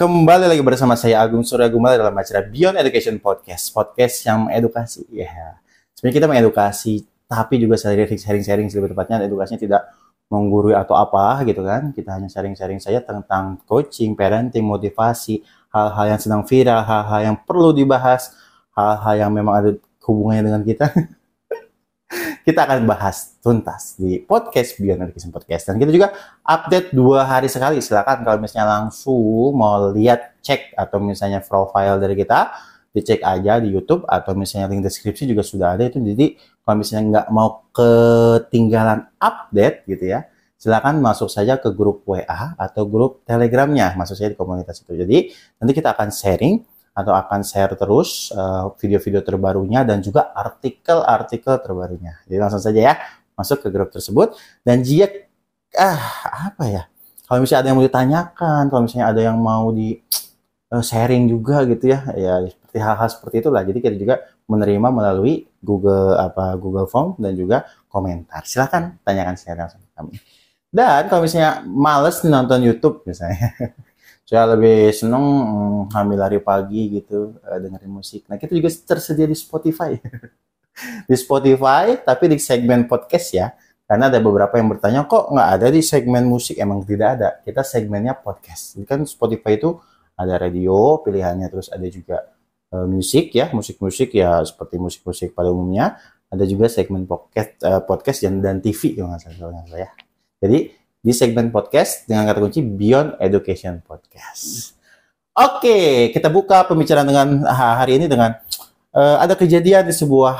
kembali lagi bersama saya Agung Surya Gumbala dalam acara Beyond Education Podcast. Podcast yang mengedukasi. Ya, sebenarnya kita mengedukasi, tapi juga sharing-sharing lebih tepatnya. Edukasinya tidak menggurui atau apa gitu kan. Kita hanya sharing-sharing saja tentang coaching, parenting, motivasi, hal-hal yang sedang viral, hal-hal yang perlu dibahas, hal-hal yang memang ada hubungannya dengan kita. Kita akan bahas tuntas di podcast Beyond Education Podcast. Dan kita juga update 2 hari sekali. Silakan kalau misalnya langsung mau lihat, cek, atau misalnya profile dari kita, dicek aja di YouTube, atau misalnya link deskripsi juga sudah ada itu. Jadi kalau misalnya nggak mau ketinggalan update gitu ya, silakan masuk saja ke grup WA atau grup Telegramnya, masuk saja di komunitas itu. Jadi nanti kita akan sharing atau akan share terus video-video terbarunya dan juga artikel-artikel terbarunya. Jadi langsung saja ya masuk ke grup tersebut. Dan jika apa ya, kalau misalnya ada yang mau ditanyakan, kalau misalnya ada yang mau di sharing juga gitu ya, ya seperti hal-hal seperti itulah. Jadi kita juga menerima melalui Google Form dan juga komentar. Silakan tanyakan secara langsung ke kami. Dan kalau misalnya males nonton YouTube misalnya, saya lebih seneng hamil hari pagi gitu, dengerin musik. Nah, kita juga tersedia di Spotify. Di Spotify, tapi di segmen podcast ya. Karena ada beberapa yang bertanya, kok nggak ada di segmen musik? Emang tidak ada. Kita segmennya podcast. Jadi kan Spotify itu ada radio pilihannya, terus ada juga musik ya, musik-musik ya seperti musik-musik pada umumnya. Ada juga segmen podcast dan TV kalau nggak salah ya. Jadi di segmen podcast dengan kata kunci Beyond Education Podcast. Oke, kita buka pembicaraan dengan hari ini dengan ada kejadian di sebuah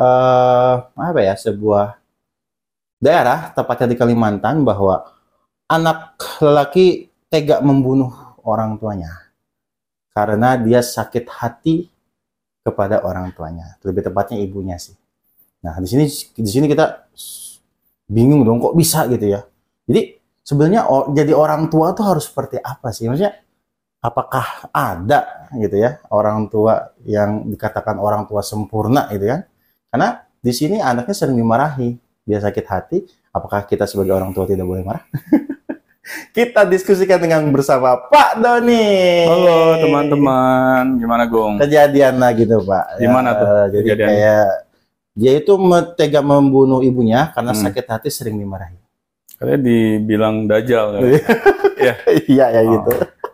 sebuah daerah, tepatnya di Kalimantan, bahwa anak lelaki tega membunuh orang tuanya karena dia sakit hati kepada orang tuanya, lebih tepatnya ibunya sih. Nah, di sini kita bingung dong, kok bisa gitu ya. Jadi sebenarnya jadi orang tua tuh harus seperti apa sih? Maksudnya apakah ada gitu ya orang tua yang dikatakan orang tua sempurna gitu kan? Karena di sini anaknya sering dimarahi, dia sakit hati. Apakah kita sebagai orang tua tidak boleh marah? Kita diskusikan dengan bersama Pak Doni. Halo teman-teman, gimana Gong? Kejadian lah gitu Pak. Gimana tuh? Jadi kayak dia itu tega membunuh ibunya karena sakit hati sering dimarahi. Katanya dibilang dajal kan? Iya ya gitu.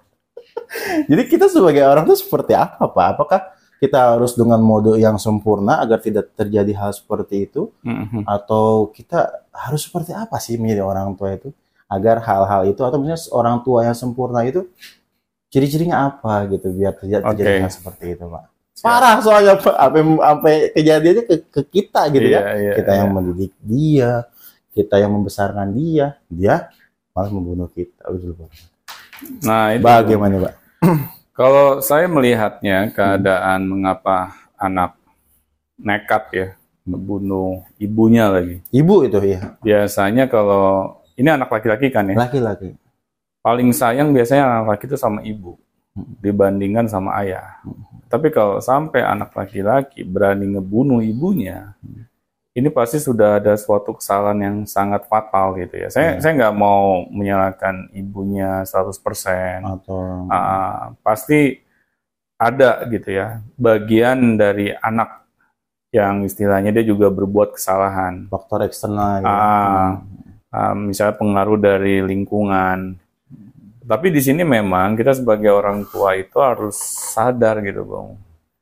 Jadi kita sebagai orang tuh seperti apa Pak? Apakah kita harus dengan mode yang sempurna agar tidak terjadi hal seperti itu? Atau kita harus seperti apa sih menjadi orang tua itu? Agar hal-hal itu, atau misalnya orang tua yang sempurna itu ciri-cirinya apa gitu biar terjadi hal seperti itu Pak? Parah soalnya Pak, sampai kejadiannya ke kita gitu kita yang mendidik dia, kita yang membesarkan dia malah membunuh kita. Nah, itu bagaimana Pak? Kalau saya melihatnya keadaan mengapa anak nekat ya membunuh ibunya lagi. Ibu itu ya. Biasanya kalau ini anak laki-laki kan ya. Laki-laki. Paling sayang biasanya anak laki itu sama ibu dibandingkan sama ayah. Tapi kalau sampai anak laki-laki berani ngebunuh ibunya, ini pasti sudah ada suatu kesalahan yang sangat fatal gitu ya. Saya nggak mau menyalahkan ibunya 100%. Pasti ada gitu ya, bagian dari anak yang istilahnya dia juga berbuat kesalahan. Faktor eksternal gitu. Misalnya pengaruh dari lingkungan. Tapi di sini memang kita sebagai orang tua itu harus sadar gitu Bang,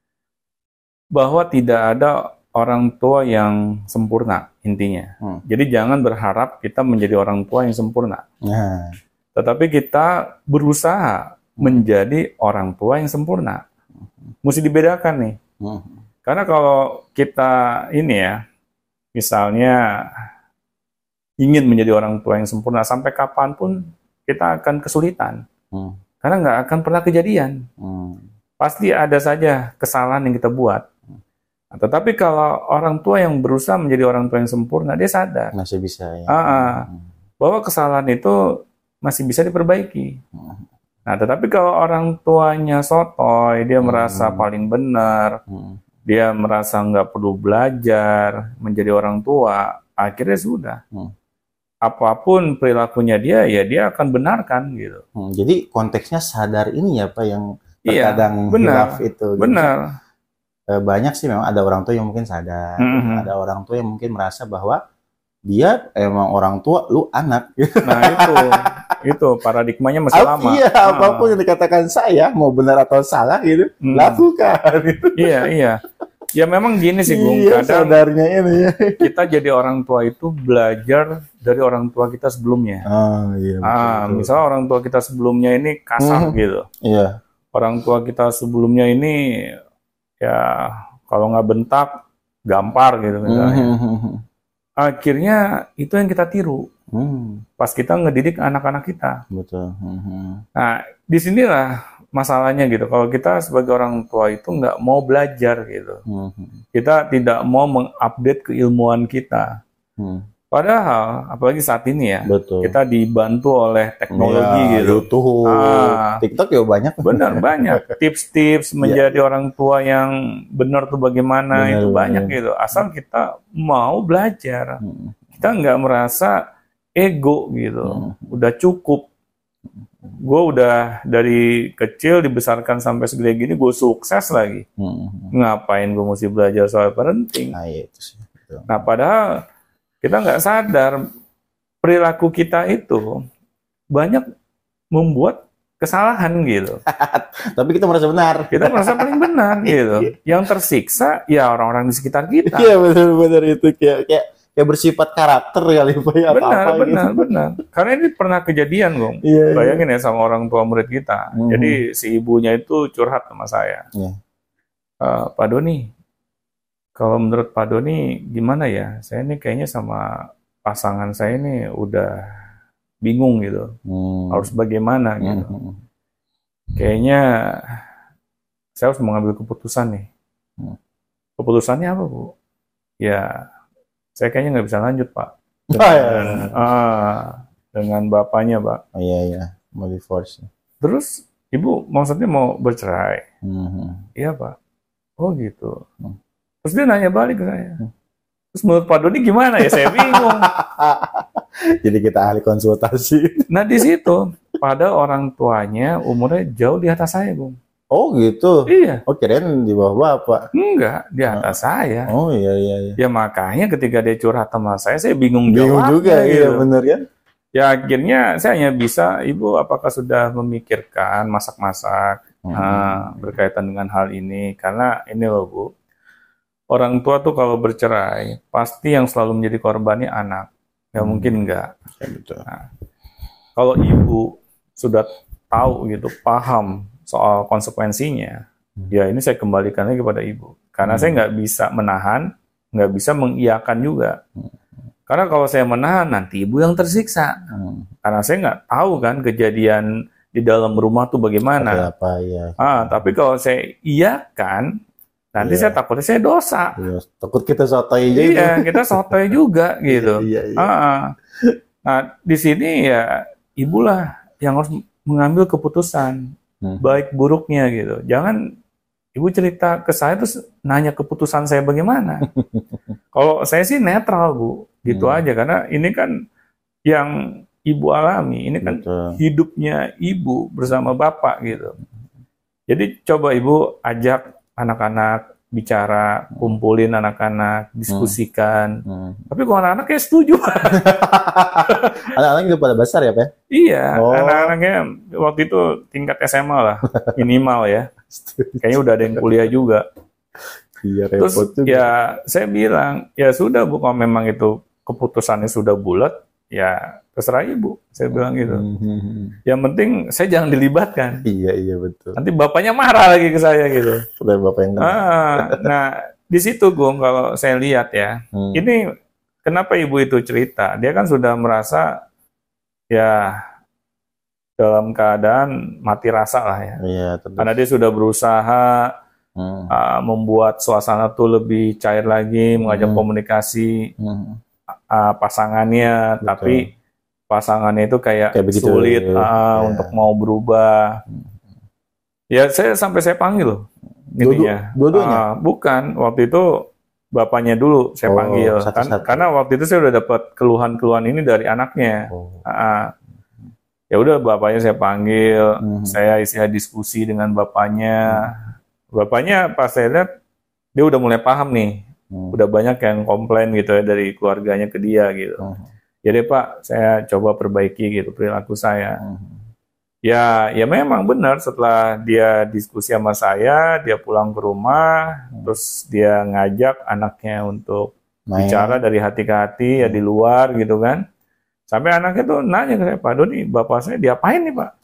bahwa tidak ada orang tua yang sempurna intinya. Jadi jangan berharap kita menjadi orang tua yang sempurna. Tetapi kita berusaha menjadi orang tua yang sempurna. Mesti dibedakan nih. Karena kalau kita ini ya, misalnya ingin menjadi orang tua yang sempurna, sampai kapanpun kita akan kesulitan. Karena nggak akan pernah kejadian. Pasti ada saja kesalahan yang kita buat. Nah, tetapi kalau orang tua yang berusaha menjadi orang tua yang sempurna, dia sadar masih bisa ya. Bahwa kesalahan itu masih bisa diperbaiki. Nah, tetapi kalau orang tuanya sotoy, dia merasa paling benar, dia merasa nggak perlu belajar menjadi orang tua, akhirnya sudah. apapun perilakunya dia, ya dia akan benarkan gitu. Jadi konteksnya sadar ini ya Pak yang Iya, terkadang benar, hilaf itu. Gitu. benar. Banyak sih memang ada orang tua yang mungkin sadar, ada orang tua yang mungkin merasa bahwa dia emang orang tua, lu anak. Nah itu paradigmanya masih lama. Iya, apapun yang dikatakan saya, mau benar atau salah gitu, lakukan. Iya. Ya memang gini sih, Bung. Iya, Kadang sadarnya ini ya. kita jadi orang tua itu belajar dari orang tua kita sebelumnya. Iya. Betul. Misalnya orang tua kita sebelumnya ini kasar gitu. Iya. Orang tua kita sebelumnya ini ya kalau nggak bentak, gampar gitu misalnya. Akhirnya itu yang kita tiru. Pas kita ngedidik anak-anak kita. Betul. Nah, disinilah masalahnya gitu. Kalau kita sebagai orang tua itu nggak mau belajar gitu. Kita tidak mau mengupdate keilmuan kita. Padahal, apalagi saat ini ya, betul. Kita dibantu oleh teknologi gitu. YouTube, TikTok ya banyak. Benar, banyak. Tips-tips menjadi orang tua yang benar tuh bagaimana, itu banyak gitu. Asal kita mau belajar. Kita nggak merasa ego gitu. Udah cukup. Gue udah dari kecil dibesarkan sampai segede gini, gue sukses lagi. Ngapain gue mesti belajar soal parenting? Nah, itu sih. Nah, padahal kita nggak sadar perilaku kita itu banyak membuat kesalahan gitu. Tapi kita merasa benar. Kita merasa paling benar gitu. Yang tersiksa ya orang-orang di sekitar kita. Iya benar-benar itu kayak bersifat karakter kali Pak ya. Benar. Karena ini pernah kejadian, Bung. Iya. Bayangin ya sama orang tua murid kita. Jadi si ibunya itu curhat sama saya. Pak Doni, kalau menurut Pak Doni gimana ya? Saya ini kayaknya sama pasangan saya ini udah bingung gitu. Harus bagaimana gitu. Kayaknya saya harus mengambil keputusan nih. Keputusannya apa, Bu? Ya, saya kayaknya nggak bisa lanjut, Pak. Dengan bapaknya, Pak. Iya. Mau divorce. Terus, Ibu maksudnya mau bercerai? Iya, Pak. Oh gitu. Terus dia nanya balik ke saya. Terus menurut Pak Doni gimana ya? Saya bingung. Jadi kita ahli konsultasi. Nah di situ, pada orang tuanya umurnya jauh di atas saya, Bung. Oh gitu? Iya. Oh kirain di bawah Bapak. Enggak, di atas saya. Oh iya. Ya makanya ketika dia curhat sama saya bingung jawabnya. Juga, gitu. Iya bener kan? Ya akhirnya saya hanya bisa, Ibu apakah sudah memikirkan masak-masak berkaitan dengan hal ini? Karena ini loh Bu, orang tua tuh kalau bercerai, pasti yang selalu menjadi korbannya anak. Ya mungkin enggak. Ya, betul. Nah, kalau Ibu sudah tahu gitu, paham soal konsekuensinya, ya ini saya kembalikan lagi kepada Ibu. Karena saya nggak bisa menahan, nggak bisa mengiyakan juga. Karena kalau saya menahan, nanti Ibu yang tersiksa. Karena saya nggak tahu kan kejadian di dalam rumah tuh bagaimana. Ya. Tapi kalau saya iyakan, nanti saya takutnya saya dosa. Iya, takut kita sotoy juga. Iya, kita sotoy juga gitu. Iya. Nah, di sini ya Ibulah yang harus mengambil keputusan. Baik buruknya gitu. Jangan Ibu cerita ke saya terus nanya keputusan saya bagaimana. Kalau saya sih netral Bu, gitu aja. Karena ini kan yang Ibu alami, ini kan hidupnya Ibu bersama Bapak gitu. Jadi coba Ibu ajak anak-anak bicara, kumpulin anak-anak, diskusikan. Tapi kalau anak-anak kayak setuju. Anak-anak itu pada besar ya, Pak? Iya, anak-anaknya waktu itu tingkat SMA lah, minimal ya. Kayaknya udah ada yang kuliah juga. Iya, terus juga. Ya saya bilang, ya sudah Bu, kalau memang itu keputusannya sudah bulat, ya terserah Ibu. Saya bilang gitu. Yang penting saya jangan dilibatkan. Iya betul. Nanti bapaknya marah lagi ke saya gitu. Sudah bapak yang nah, di situ Gung, kalau saya lihat ya, ini kenapa Ibu itu cerita? Dia kan sudah merasa ya dalam keadaan mati rasa lah ya. Iya, karena dia sudah berusaha membuat suasana tuh lebih cair lagi, mengajak komunikasi pasangannya, betul. Tapi pasangannya itu kayak sulit untuk mau berubah. Ya saya sampai saya panggil loh. Dua-duanya? Bukan, waktu itu bapaknya dulu saya panggil. Satu-satu. Karena waktu itu saya udah dapat keluhan-keluhan ini dari anaknya. Ya udah bapaknya saya panggil, saya diskusi dengan bapaknya. Bapaknya pas saya lihat dia udah mulai paham nih. Udah banyak yang komplain gitu ya dari keluarganya ke dia gitu. Ya deh Pak, saya coba perbaiki gitu perilaku saya. Ya memang benar setelah dia diskusi sama saya, dia pulang ke rumah, terus dia ngajak anaknya untuk bicara dari hati ke hati ya di luar gitu kan. Sampai anaknya tuh nanya ke saya, Pak Doni, bapak saya diapain nih Pak?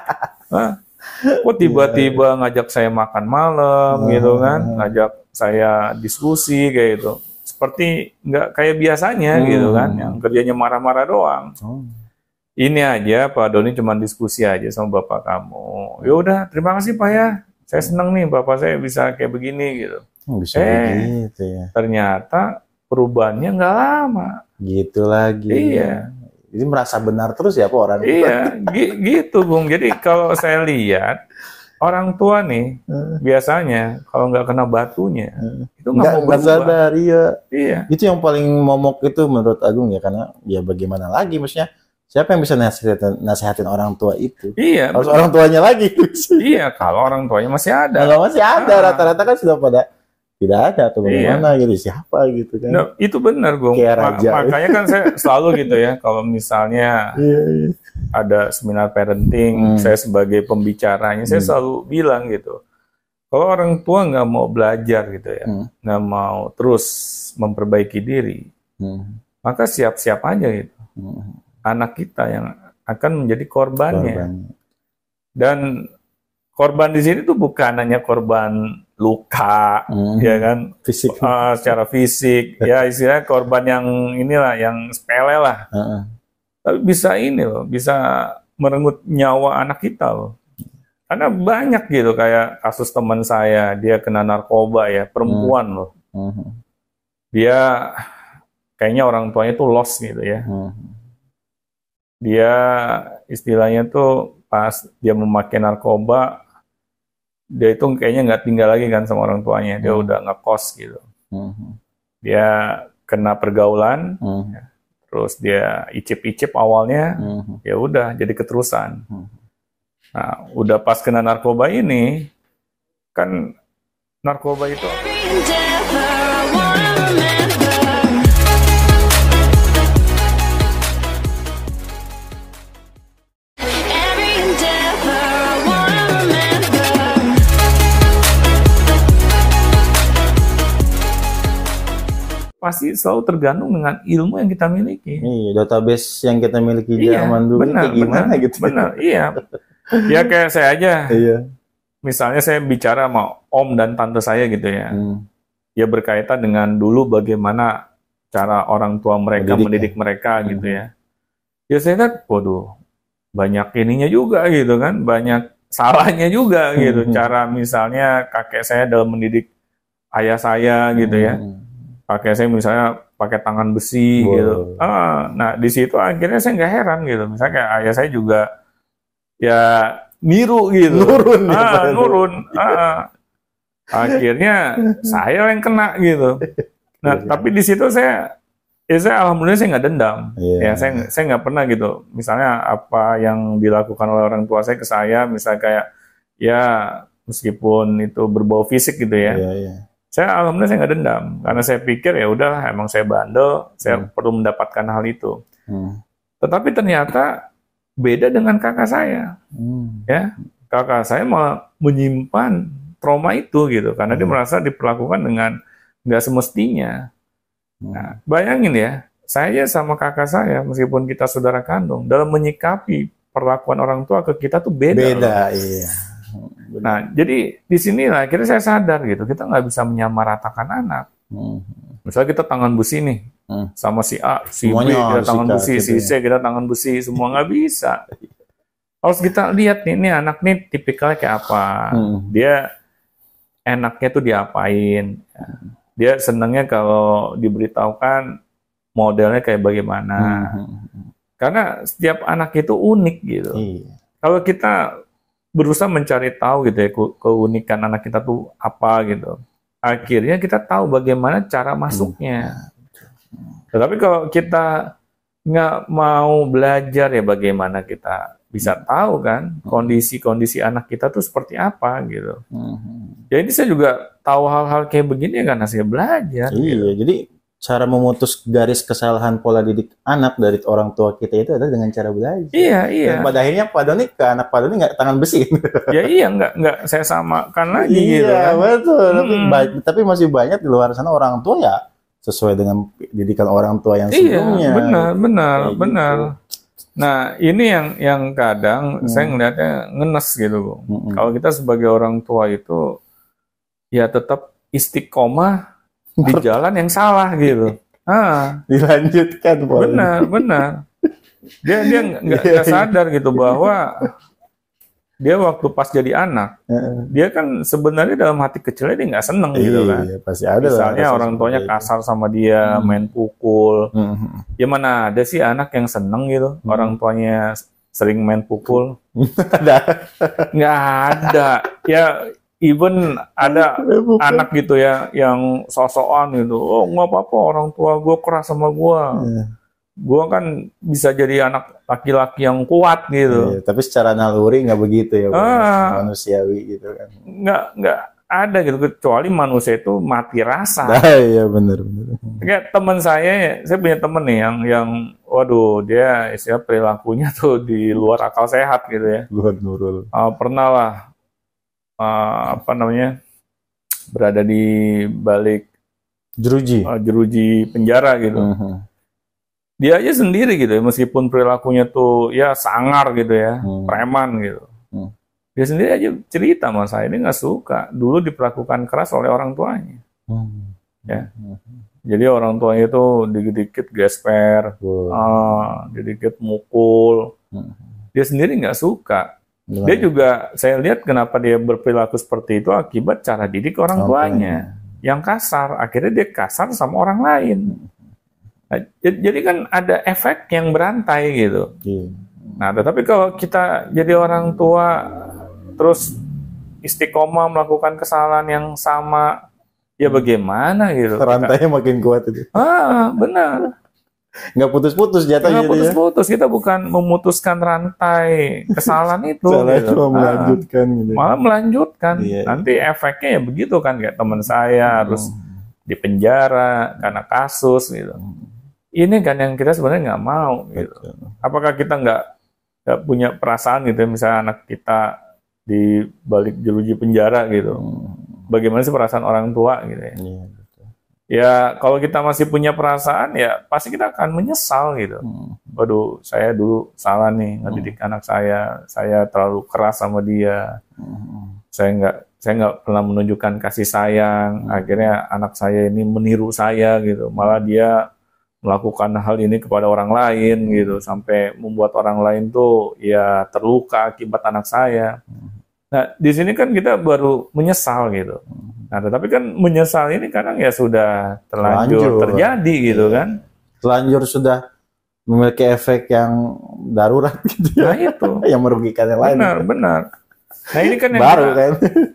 Kok tiba-tiba ngajak saya makan malam gitu kan, ngajak saya diskusi kayak gitu. Seperti nggak kayak biasanya gitu kan, yang kerjanya marah-marah doang. Ini aja Pak Doni cuma diskusi aja sama bapak kamu. Ya udah, terima kasih Pak ya. Saya senang nih bapak saya bisa kayak begini gitu. Bisa begitu ya. Ternyata perubahannya nggak lama. Gitu lagi. Iya. Jadi merasa benar terus ya Pak orang tua. Iya, gitu Bung. Jadi kalau saya lihat orang tua nih biasanya kalau nggak kena batunya itu nggak mau berubah. Sadar, iya. Itu yang paling momok itu menurut Agung ya, karena ya bagaimana lagi, maksudnya siapa yang bisa nasihatin orang tua itu? Iya. Harus orang tuanya lagi. Iya, kalau orang tuanya masih ada. Kalau masih ada, rata-rata kan sudah pada tidak ada atau bagaimana gitu, siapa gitu kan. Nah, itu benar Bung. Makanya kan saya selalu gitu ya, kalau misalnya ada seminar parenting, saya sebagai pembicaranya, saya selalu bilang gitu, kalau orang tua nggak mau belajar gitu ya, nggak mau terus memperbaiki diri, maka siap-siap aja gitu. Anak kita yang akan menjadi korbannya. Dan korban di sini tuh bukan hanya korban luka, ya kan, fisik, secara fisik, ya istilahnya korban yang inilah, yang sepele lah. Tapi bisa ini loh, bisa merenggut nyawa anak kita loh. Karena banyak gitu, kayak kasus teman saya, dia kena narkoba ya, perempuan loh. Dia kayaknya orang tuanya tuh lost gitu ya. Dia istilahnya tuh pas dia memakai narkoba, dia itu kayaknya nggak tinggal lagi kan sama orang tuanya, dia udah ngekos gitu. Dia kena pergaulan, terus dia icip-icip awalnya, ya udah jadi keterusan. Nah, udah pas kena narkoba ini, kan narkoba itu pasti selalu tergantung dengan ilmu yang kita miliki. Database yang kita miliki zaman dulu kayak gimana gitu. Benar, iya. Ya kayak saya aja. Misalnya saya bicara sama om dan tante saya gitu ya. Ya berkaitan dengan dulu bagaimana cara orang tua mereka mendidik mereka gitu ya. Ya saya lihat, waduh, banyak ininya juga gitu kan, banyak salahnya juga gitu. Cara misalnya kakek saya dalam mendidik ayah saya gitu ya. Pakai saya misalnya pakai tangan besi gitu. Nah di situ akhirnya saya nggak heran gitu. Misalnya kayak ayah saya juga ya niru gitu. Nurun. Akhirnya saya yang kena gitu. Nah tapi di situ saya alhamdulillah saya nggak dendam. Ya saya nggak pernah gitu. Misalnya apa yang dilakukan oleh orang tua saya ke saya, misalnya kayak ya meskipun itu berbau fisik gitu ya. Saya alhamdulillah saya nggak dendam, karena saya pikir ya udah emang saya bandel, saya perlu mendapatkan hal itu. Tetapi ternyata beda dengan kakak saya, ya kakak saya malah menyimpan trauma itu gitu, karena dia merasa diperlakukan dengan nggak semestinya. Nah, bayangin ya, saya sama kakak saya meskipun kita saudara kandung, dalam menyikapi perlakuan orang tua ke kita tuh beda. Iya. Nah, jadi di sinilah akhirnya saya sadar gitu, kita nggak bisa menyamaratakan anak. Misalnya kita tangan besi nih, sama si A, si B kita tangan besi, si C kita tangan besi, semua nggak bisa. Harus kita lihat nih anak nih tipikalnya kayak apa, dia enaknya tuh diapain, dia senangnya kalau diberitahukan modelnya kayak bagaimana. Karena setiap anak itu unik gitu. Kalau kita berusaha mencari tahu gitu ya keunikan anak kita tuh apa gitu, akhirnya kita tahu bagaimana cara masuknya. Tetapi kalau kita nggak mau belajar, ya bagaimana kita bisa tahu kan kondisi-kondisi anak kita tuh seperti apa gitu. Jadi saya juga tahu hal-hal kayak begini karena saya belajar. Iya, jadi cara memutus garis kesalahan pola didik anak dari orang tua kita itu adalah dengan cara belajar. Iya. Dan pada akhirnya Pak Doni ke anak Pak Doni nggak tangan besi. Ya iya, nggak saya samakan lagi gitu Iya, kan. betul. Tapi masih banyak di luar sana orang tua ya sesuai dengan didikan orang tua yang sebelumnya. Iya, benar. Gitu. Nah, ini yang kadang saya ngelihatnya ngenes gitu, Bu. Kalau kita sebagai orang tua itu ya tetap istiqomah di jalan yang salah gitu. Dilanjutkan, Pak. Benar. Dia nggak sadar gitu bahwa dia waktu pas jadi anak, dia kan sebenarnya dalam hati kecilnya dia nggak seneng gitu kan. Iya, pasti ada. Misalnya orang tuanya kasar sama dia, main pukul. Ya mana ada sih anak yang seneng gitu, orang tuanya sering main pukul. Nggak ada. Ya even ada anak gitu ya yang sosokan gitu. Oh nggak apa-apa, orang tua gue keras sama gue. Gue kan bisa jadi anak laki-laki yang kuat gitu. Iya, tapi secara naluri nggak begitu ya, manusiawi gitu kan. Nggak ada gitu, kecuali manusia itu mati rasa. Iya benar. Kayak teman saya punya temen nih yang waduh dia istilah perilakunya tuh di luar akal sehat gitu ya. Luar nurul. Pernah lah berada di balik jeruji penjara gitu. Dia aja sendiri gitu ya, meskipun perilakunya tuh ya sangar gitu ya, preman gitu. Dia sendiri aja cerita sama saya, dia nggak suka dulu diperlakukan keras oleh orang tuanya. Ya. Jadi orang tuanya itu dikit-dikit gesper, dikit-dikit mukul. Dia sendiri nggak suka. Dia juga, saya lihat kenapa dia berperilaku seperti itu akibat cara didik orang tuanya yang kasar. Akhirnya dia kasar sama orang lain. Jadi kan ada efek yang berantai gitu. Nah, tetapi kalau kita jadi orang tua terus istiqomah melakukan kesalahan yang sama, ya bagaimana gitu? Rantainya makin kuat itu. Benar. Nggak putus-putus jatuhnya. Nggak putus-putus. Kita bukan memutuskan rantai kesalahan itu. Gitu. Melanjutkan. Gitu. Malah melanjutkan. Nanti efeknya ya begitu kan, kayak teman saya harus dipenjara karena kasus gitu. Ini kan yang kita sebenarnya nggak mau gitu. Apakah kita nggak punya perasaan gitu, misalnya anak kita di balik jeruji penjara gitu. Bagaimana sih perasaan orang tua gitu ya? Ya kalau kita masih punya perasaan ya pasti kita akan menyesal gitu. Waduh, saya dulu salah nih ngedidik anak saya terlalu keras sama dia. Saya nggak pernah menunjukkan kasih sayang. Akhirnya anak saya ini meniru saya gitu. Malah dia melakukan hal ini kepada orang lain gitu, sampai membuat orang lain tuh ya terluka akibat anak saya. Nah, di sini kan kita baru menyesal gitu. Nah, tetapi kan menyesal ini kadang ya sudah terlanjur terjadi gitu kan. Terlanjur sudah memiliki efek yang darurat gitu ya. Nah, itu yang merugikan yang lain. Benar. Nah, ini kan yang baru kan.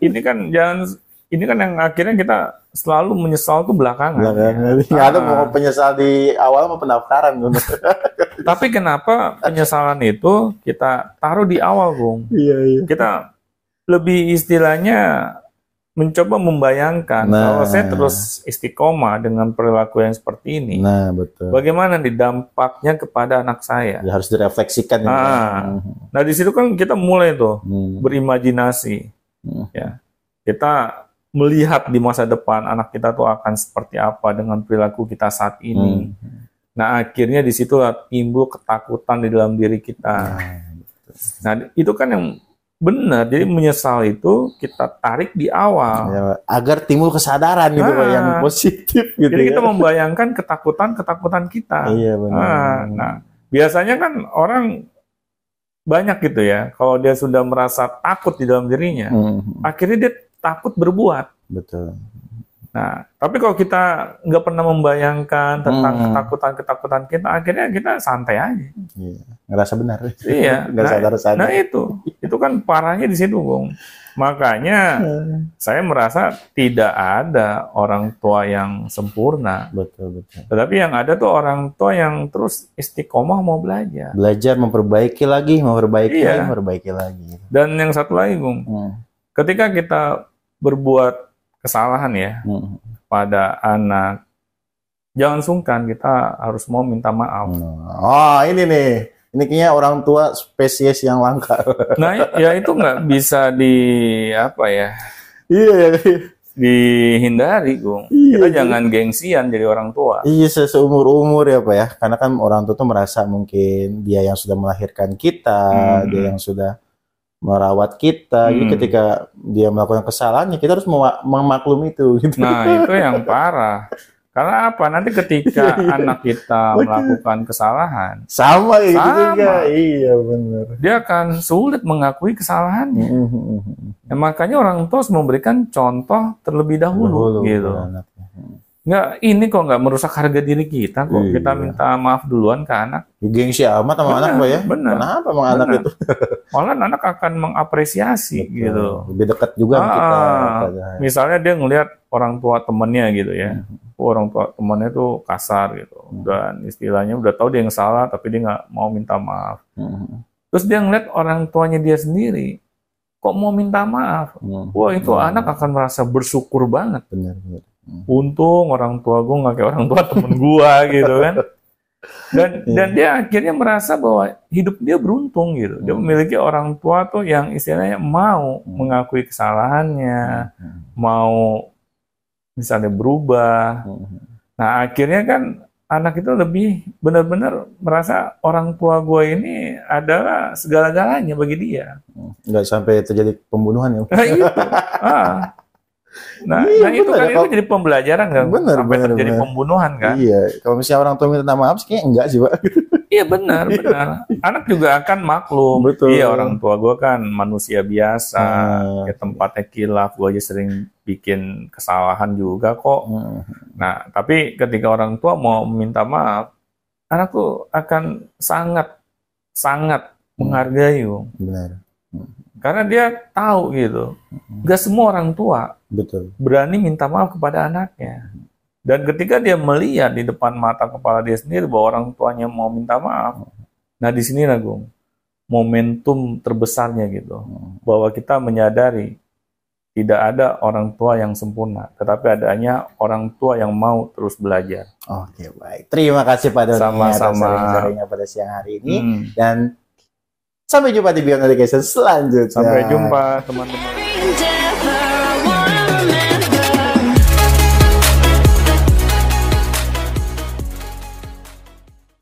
Ini kan yang akhirnya kita selalu menyesal tuh belakangan. Nggak ada mau penyesal di awal mau pendaftaran. Tapi kenapa penyesalan itu kita taruh di awal, Bung? Iya. Kita lebih istilahnya mencoba membayangkan kalau saya terus istiqomah dengan perilaku yang seperti ini. Nah, betul. Bagaimana nih dampaknya kepada anak saya? Ya, harus direfleksikan. Nah, di situ kan kita mulai tuh berimajinasi. Ya. Kita melihat di masa depan anak kita tuh akan seperti apa dengan perilaku kita saat ini. Nah, akhirnya di situ timbul ketakutan di dalam diri kita. Nah, itu kan yang benar. Jadi menyesal itu kita tarik di awal. Ya, agar timbul kesadaran gitu yang positif gitu. Jadi kita membayangkan ketakutan kita. Iya, benar. Nah, biasanya kan orang banyak gitu ya, kalau dia sudah merasa takut di dalam dirinya, akhirnya dia takut berbuat. Betul. Nah, tapi kalau kita nggak pernah membayangkan tentang ketakutan kita, akhirnya kita santai aja. Iya. Ngerasa benar. Iya. Nggak sadar-sadar. Nah itu Itu kan parahnya di situ, Bung. Makanya saya merasa tidak ada orang tua yang sempurna. Betul. Tetapi yang ada tuh orang tua yang terus istiqomah mau belajar. Belajar memperbaiki lagi, Iya. memperbaiki lagi. Dan yang satu lagi, Bung, ketika kita berbuat kesalahan ya pada anak, jangan sungkan, kita harus mau minta maaf. Oh, ini nih. Ini kayaknya orang tua spesies yang langka. Nah, ya itu nggak bisa Iya. dihindari, Bung. Iya, Kita jangan gengsian jadi orang tua. Iya, seumur-umur ya Pak ya. Karena kan orang tua tuh merasa mungkin dia yang sudah melahirkan kita, dia yang sudah merawat kita. Jadi ketika dia melakukan kesalahan, ya kita harus memaklumi itu. Gitu. Nah, itu yang parah. Karena apa? Nanti ketika anak kita melakukan kesalahan, sama kayak gitu juga. Iya, benar. Dia akan sulit mengakui kesalahannya. Makanya orang tua harus memberikan contoh terlebih dahulu gitu. Nggak, ini kok nggak merusak harga diri kita kok. Kita minta maaf duluan ke anak. Gengsi amat sama anak Pak ya. Benar. Kenapa emang anak itu? Malah anak akan mengapresiasi gitu. Lebih dekat juga sama kita. Misalnya dia ngelihat orang tua temennya gitu ya. Orang tua temennya tuh kasar gitu. Dan istilahnya udah tahu dia yang salah tapi dia nggak mau minta maaf. Terus dia ngeliat orang tuanya dia sendiri kok mau minta maaf. Wah, itu anak akan merasa bersyukur banget. Benar. Untung orang tua gue nggak kayak orang tua temen gue gitu kan. Dan dia akhirnya merasa bahwa hidup dia beruntung gitu. Dia memiliki orang tua tuh yang istilahnya mau mengakui kesalahannya, mau misalnya berubah. Nah, akhirnya kan anak itu lebih benar-benar merasa orang tua gue ini adalah segala-galanya bagi dia. Nggak sampai terjadi pembunuhan ya. Nah, itu. Nah, itu kan itu jadi pembelajaran kan, sampai terjadi pembunuhan kan. Iya, kalau misalnya orang tua minta maaf, kayaknya enggak sih Pak. Iya benar. Anak juga akan maklum. Betul. Iya, orang tua gue kan manusia biasa, ya tempatnya kilaf, gue aja sering bikin kesalahan juga kok. Nah, tapi ketika orang tua mau minta maaf, anak tuh akan sangat menghargai. Benar. Karena dia tahu gitu, gak semua orang tua berani minta maaf kepada anaknya. Dan ketika dia melihat di depan mata kepala dia sendiri bahwa orang tuanya mau minta maaf, nah di sini Gung, momentum terbesarnya gitu, bahwa kita menyadari tidak ada orang tua yang sempurna, tetapi adanya orang tua yang mau terus belajar. Oke, baik. Terima kasih Pak Doni atas sharing-sharingnya pada siang hari ini. Dan sampai jumpa di Beyond Education selanjutnya. Sampai jumpa teman-teman.